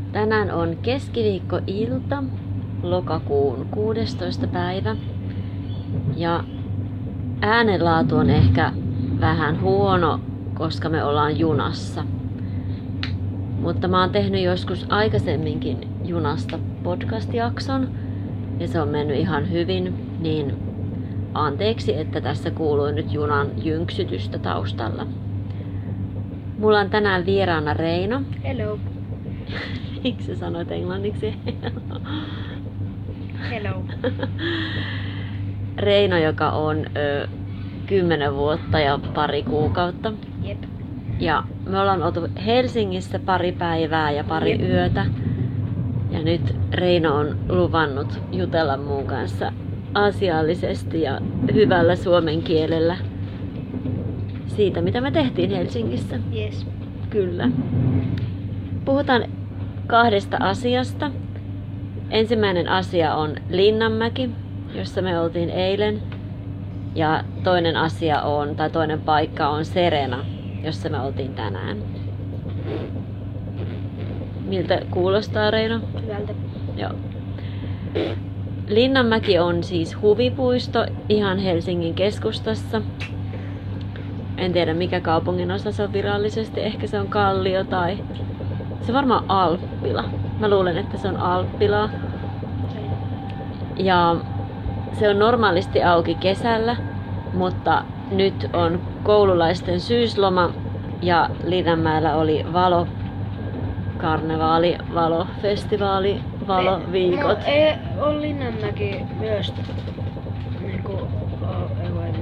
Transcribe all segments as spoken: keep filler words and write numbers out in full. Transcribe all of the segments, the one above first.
Tänään on keskiviikkoilta, lokakuun kuudestoista päivä. Ja äänenlaatu on ehkä vähän huono, koska me ollaan junassa. Mutta mä oon tehnyt joskus aikaisemminkin junasta podcast-jakson ja se on mennyt ihan hyvin, niin anteeksi, että tässä kuuluu nyt junan jynksytystä taustalla. Mulla on tänään vieraana Reino. Hello. Miksi sä sanoit englanniksi? Hello. Reino, joka on ö, kymmenen vuotta ja pari kuukautta. Jep. Ja me ollaan oltu Helsingissä pari päivää ja pari Jep. yötä. Ja nyt Reino on luvannut jutella mun kanssa asiallisesti ja hyvällä suomen kielellä siitä, mitä me tehtiin Helsingissä. Yes. Kyllä. Puhutaan kahdesta asiasta. Ensimmäinen asia on Linnanmäki, jossa me oltiin eilen. Ja toinen asia on, tai toinen paikka on Serena, jossa me oltiin tänään. Miltä kuulostaa, Reino? Hyvältä. Joo. Linnanmäki on siis huvipuisto ihan Helsingin keskustassa. En tiedä mikä kaupungin osa se on virallisesti. Ehkä se on Kallio tai... Se on varmaan Alppila. Mä luulen, että se on Alppila. Ja se on normaalisti auki kesällä, mutta nyt on koululaisten syysloma ja Linnanmäellä oli valokarnevaali, valofestivaali, valoviikot. No, ei ole Linnanmäki myös niinku... Oh, ei voi.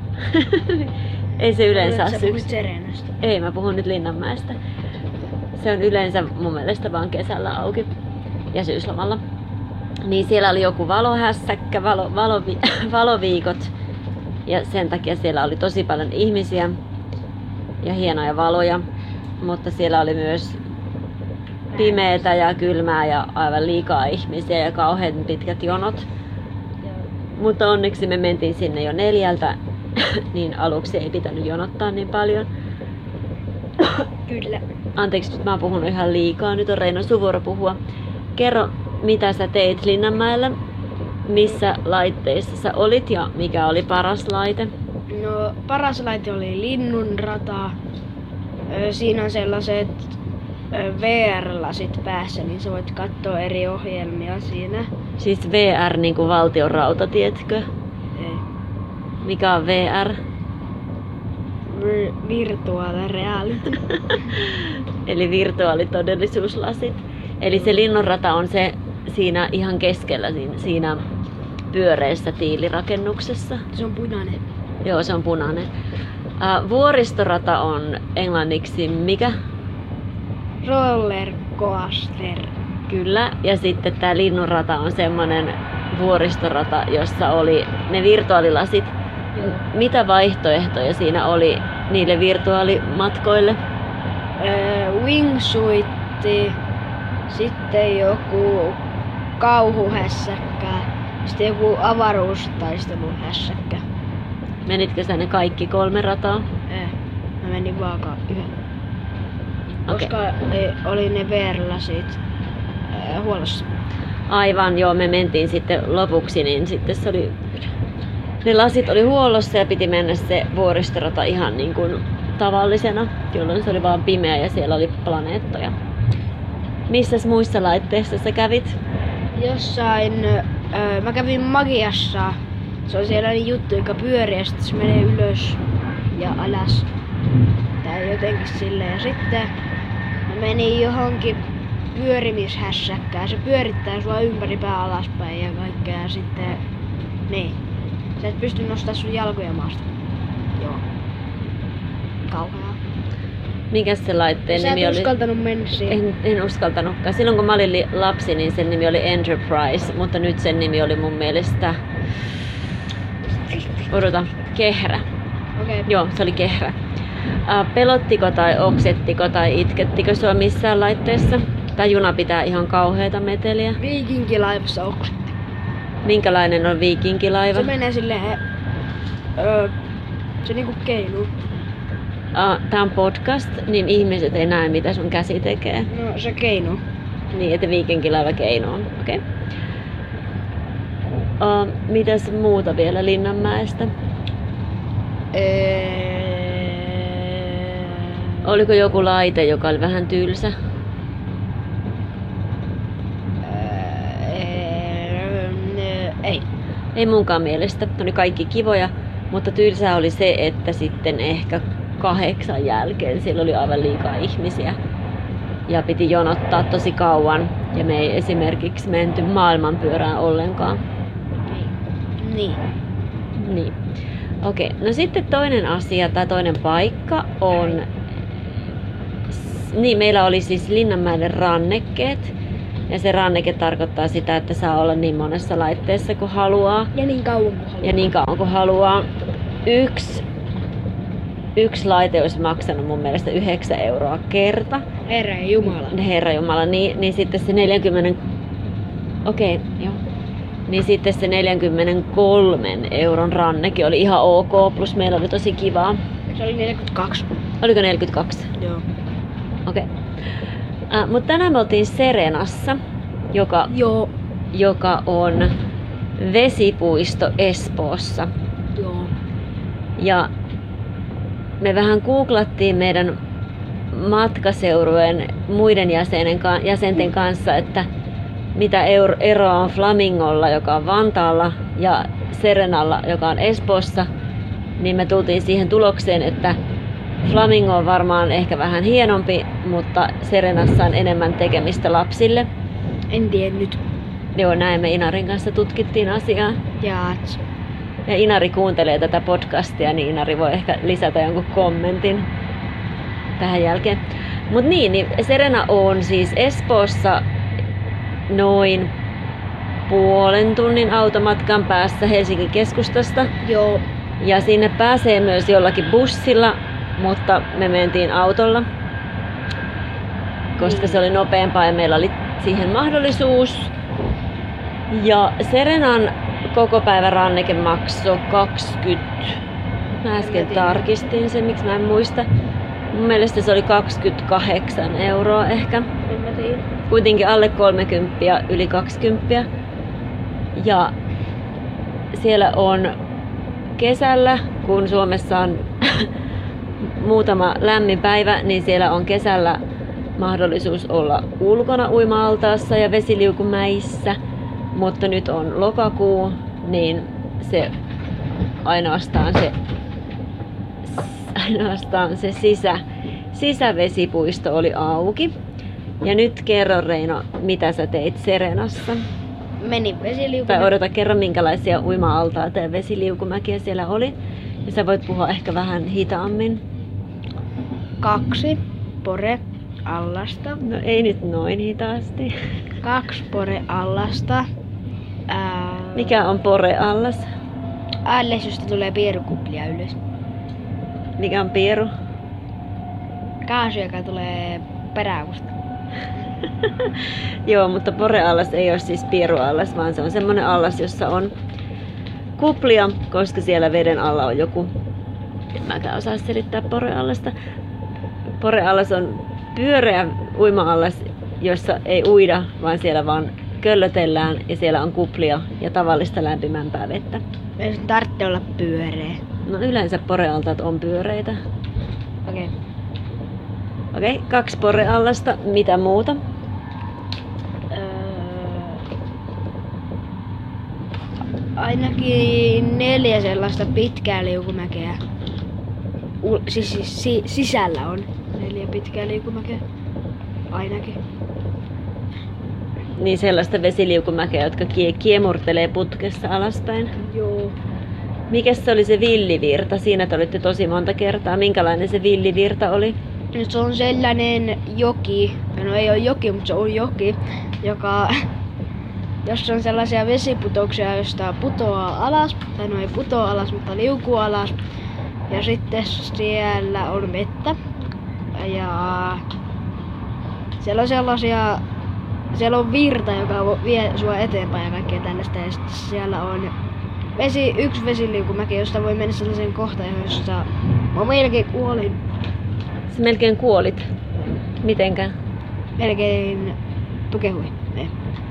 Ei se yleensä ole Sä puhuit syksy. Serenasta. Ei, mä puhun nyt Linnanmäestä. Se on yleensä mun mielestä vaan kesällä auki ja syyslomalla. Niin siellä oli joku valohässäkkä, valo, valovi, valoviikot ja sen takia siellä oli tosi paljon ihmisiä ja hienoja valoja. Mutta siellä oli myös pimeätä ja kylmää ja aivan liikaa ihmisiä ja kauhean pitkät jonot. Joo. Mutta onneksi me mentiin sinne jo neljältä, niin aluksi ei pitänyt jonottaa niin paljon. Kyllä. Anteeksi, nyt mä oon puhunut ihan liikaa. Nyt on Reino sun vuoro puhua. Kerro, mitä sä teit Linnanmäellä, missä laitteissa sä olit ja mikä oli paras laite? No, paras laite oli Linnunrata. Ö, Siinä on sellaiset ö, V R-lasit päässä, niin sä voit katsoa eri ohjelmia siinä. Siis V R niin kuin valtion rautatietkö? Ei. Mikä on V R? Vir- virtual reality. Eli virtuaalitodellisuuslasit. Eli se Linnunrata on se siinä ihan keskellä siinä, siinä pyöreässä tiilirakennuksessa. Se on punainen. Joo, se on punainen. Ää, vuoristorata on englanniksi mikä? Roller coaster. Kyllä. Ja sitten tää Linnunrata on semmonen vuoristorata, jossa oli ne virtuaalilasit. Mitä vaihtoehtoja siinä oli niille virtuaalimatkoille? Öö, wingsuitti. Sitten joku kauhuhässäkkä. Sitten joku avaruustaisteluhässäkkä. Menitkö sä ne kaikki kolme rataa? Eh, mä menin vaan yhden. Okei. Koska ei, oli ne V R-lasit eh, huollossa. Aivan, joo, me mentiin sitten lopuksi, niin sitten se oli... Ne lasit oli huollossa ja piti mennä se vuoristorata ihan niin kuin tavallisena, jolloin se oli vaan pimeä ja siellä oli planeettoja. Missäs muissa laitteissa sä kävit? Jossain, öö, mä kävin Magiassa. Se on sellainen juttu, joka pyörii ja sitten se menee ylös ja alas. Tai jotenkin silleen. Ja sitten mä menin johonkin pyörimishässäkkään. Se pyörittää sua ympäripäin alaspäin ja kaikkea. Ja sitten, niin. Sä et pysty nostaa sun jalkoja maasta. Joo. Kauheaa. Mikäs se laitteen Sä et nimi oli? uskaltanut mennä siihen. En, en uskaltanutkaan. Silloin kun mä olin li- lapsi, niin sen nimi oli Enterprise, mutta nyt sen nimi oli mun mielestä... Odota, Kehrä. Okei. Joo, se oli Kehrä. Äh, pelottiko tai oksettiko tai itkettikö sua missään laitteessa? Tai juna pitää ihan kauheata meteliä. Viikinkilaivassa oksetti. Minkälainen on viikinkilaiva? Se menee silleen... Öö, se niinku keinuu. Uh, tää on podcast, niin ihmiset ei näe mitä sun käsi tekee. No se keinuu. Niin, että viikinkilaiva Keinoon. Okei. Okay. Uh, mitäs muuta vielä Linnanmäestä? Eee... Oliko joku laite, joka oli vähän tylsä? Eee... Ei. Ei munkaan mielestä. Ne oli kaikki kivoja, mutta tylsää oli se, että sitten ehkä kahdeksan jälkeen siellä oli aivan liikaa ihmisiä. Ja piti jonottaa tosi kauan. Ja me ei esimerkiksi menty maailmanpyörään ollenkaan. Niin. Niin. Okei, no sitten toinen asia tai toinen paikka on, niin meillä oli siis Linnanmäelle rannekkeet. Ja se ranneke tarkoittaa sitä, että saa olla niin monessa laitteessa kuin haluaa. Ja niin kauan kuin haluaa. Ja niin kauan kuin haluaa. Yksi, yksi laite olisi maksanut mun mielestä yhdeksän euroa kerta. Herra Jumala. Herra Jumala, niin, niin sitten se neljäkymmentä, okei, okay, joo. Niin sitten se neljäkymmentäkolme euron ranneke oli ihan ok, plus meillä oli tosi kivaa. Se oli neljäkymmentäkaksi. Oliko neljäkymmentäkaksi? Joo. Okei. Okay. Äh, mutta tänään me oltiin Serenassa, joka, Joo. joka on vesipuisto Espoossa. Joo. Ja me vähän googlattiin meidän matkaseurueen muiden jäsenen, jäsenten kanssa, että mitä eroa on Flamingolla, joka on Vantaalla, ja Serenalla, joka on Espoossa, niin me tultiin siihen tulokseen, että Flamingo on varmaan ehkä vähän hienompi, mutta Serenassa on enemmän tekemistä lapsille. En tiennyt. Joo, näin me Inarin kanssa tutkittiin asiaa. Jaats. Ja Inari kuuntelee tätä podcastia, niin Inari voi ehkä lisätä jonkun kommentin tähän jälkeen. Mut niin, niin Serena on siis Espoossa noin puolen tunnin automatkan päässä Helsingin keskustasta. Joo. Ja sinne pääsee myös jollakin bussilla, mutta me mentiin autolla, koska se oli nopeampaa ja meillä oli siihen mahdollisuus. Ja Serenan koko päivän ranneke maksoi kaksikymmentä. Mä äsken tarkistin sen, miksi mä en muista. Mun mielestä se oli kaksikymmentäkahdeksan euroa ehkä. En mä tiedä. Kuitenkin alle kolmekymmentä ja yli kaksikymmentä. Ja siellä on kesällä, kun Suomessa on muutama lämmin päivä, niin siellä on kesällä mahdollisuus olla ulkona uima-altaassa ja vesiliukumäissä. Mutta nyt on lokakuu, niin se ainoastaan se, ainoastaan se sisä, sisävesipuisto oli auki. Ja nyt kerro Reino, mitä sä teit Serenassa? Menin vesiliukumäkeen. Tai odota, kerro minkälaisia uima-altaita ja vesiliukumäkiä siellä oli. Ja sä voit puhua ehkä vähän hitaammin. Kaksi pore-allasta. No ei nyt noin hitaasti. Kaksi pore-allasta. Ää... Mikä on pore-allas? Alles, josta tulee pierukuplia ylös. Mikä on pieru? Kaasu, joka tulee peräkusta. Joo, mutta pore-allas ei ole siis pieruallas, vaan se on semmoinen allas, jossa on kuplia, koska siellä veden alla on joku. En mäkään osaa selittää pore-allasta. Pore-allas on pyöreä uima-allas, jossa ei uida, vaan siellä vaan köllötellään ja siellä on kuplia ja tavallista lämpimämpää vettä. Ei sen tarvitse olla pyöreä. No yleensä porealtaat on pyöreitä. Okei. Okay. Okei, okay, kaksi poreallasta. Mitä muuta? Öö, ainakin neljä sellaista pitkää liukumäkeä. U- siis, siis si- sisällä on neljä pitkää liukumäkeä. Ainakin. Niin sellaista vesiliukumäkeä, jotka kie- kiemurtelee putkessa alaspäin. Joo. Mikäs se oli se villivirta? Siinä te olitte tosi monta kertaa. Minkälainen se villivirta oli? Nyt se on sellainen joki, no ei ole joki, mutta se on joki, joka, jossa on sellaisia vesiputouksia, joista putoaa alas, tai no ei putoa alas, mutta liukuu alas. Ja sitten siellä on vettä. Ja siellä on sellaisia, siellä on virta, joka vie sua eteenpäin ja kaikkea tällaista. Ja sitten siellä on vesi, yksi vesiliukumäki, josta voi mennä sellaiseen kohtaan, jossa mä melkein kuolin. Sä melkein kuolit. Mitenkä? Melkein Tukehui. Ei.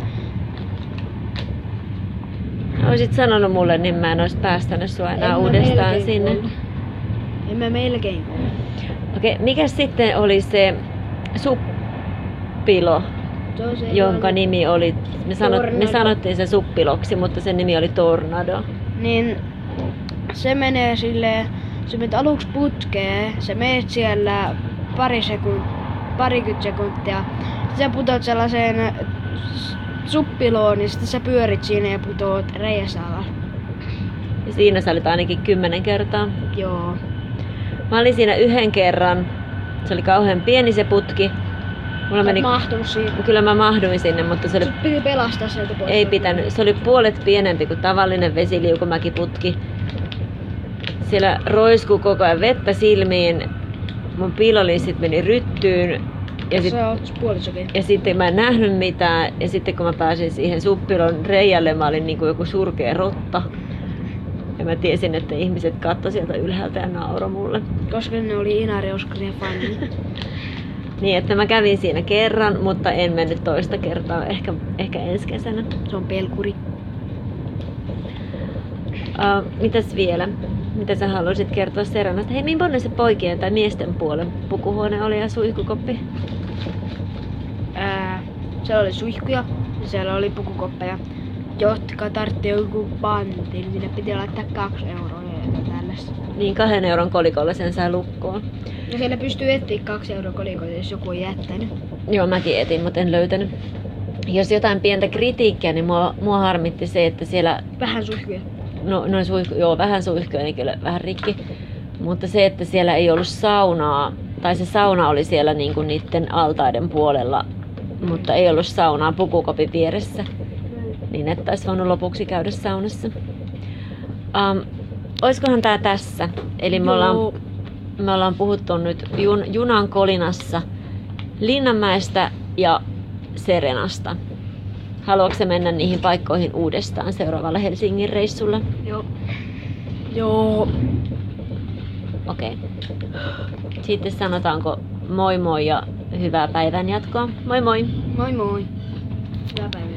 Oisit sanonut mulle, niin mä en ois päästänyt sua enää En mä uudestaan melkein sinne. kuollut. En mä melkein kuollut. Okei, mikä sitten oli se suppilo, Se on se, jonka nimi oli, me, sanot, me Tornado. sanottiin se suppiloksi, mutta sen nimi oli Tornado. Niin se menee silleen, sä menet aluksi putkeen, sä meet siellä pari sekun, parikymmentä sekuntia, sit sä putot sellaiseen suppiloon, niin sitten sä pyörit siinä ja putoot reiässä alas. Ja siinä sä olit ainakin kymmenen kertaa. Joo. Mä olin siinä yhden kerran, se oli kauhean pieni se putki. Mulla Sä meni, et mahtunut siihen. kyllä mä mahduin sinne, mutta se oli, Sut piti pelastaa sieltä pois. ei pitänyt, se oli puolet pienempi kuin tavallinen vesiliukumäkiputki. Siellä roiskui koko ajan vettä silmiin, mun piilolinssit meni ryttyyn ja, sit, Se on puolet okei. ja sitten mä en nähnyt mitään ja sitten kun mä pääsin siihen suppilon reijälle, mä olin niin kuin joku surkea rotta. Ja mä tiesin, että ihmiset katsoi sieltä ylhäältä ja nauroi mulle. Koska ne oli Inari Oskarien fani. Niin, että mä kävin siinä kerran, mutta en mennyt toista kertaa, ehkä, ehkä ensi kesänä. Se on pelkuri. Uh, mitäs vielä? Mitä sä haluaisit kertoa Serenasta? Hei, millainen se poikien tai miesten puolen pukuhuone oli ja suihkukoppi? Ää, siellä oli suihkuja ja siellä oli pukukoppeja, jotka tarvitsi joku pantin. Sinne piti laittaa kaksi euroa ja jotain tällaista. Niin, kahden euron kolikolla sen sai lukkoon. Ja siellä pystyy etsiä kaksi euroa kolikoita, jos joku on jättänyt. Joo, mäkin etin, mutta en löytänyt. Jos jotain pientä kritiikkiä, niin mua, mua harmitti se, että siellä... Vähän suihkuja. No, noin suihku, joo, vähän suihkuja, niin kyllä vähän rikki. Mutta se, että siellä ei ollut saunaa, tai se sauna oli siellä niin kuin niiden altaiden puolella, mutta ei ollut saunaa pukukopin vieressä. Niin että olisi voinut lopuksi käydä saunassa. Um, olisikohan tää tässä? Eli me ollaan, Joo. me ollaan puhuttu nyt jun, junan kolinassa Linnanmäestä ja Serenasta. Haluatko mennä niihin paikkoihin uudestaan seuraavalla Helsingin reissulla? Joo. Joo. Okei. Okay. Sitten sanotaanko moi moi ja hyvää päivänjatkoa. Moi moi! Moi moi. Hyvää päivää.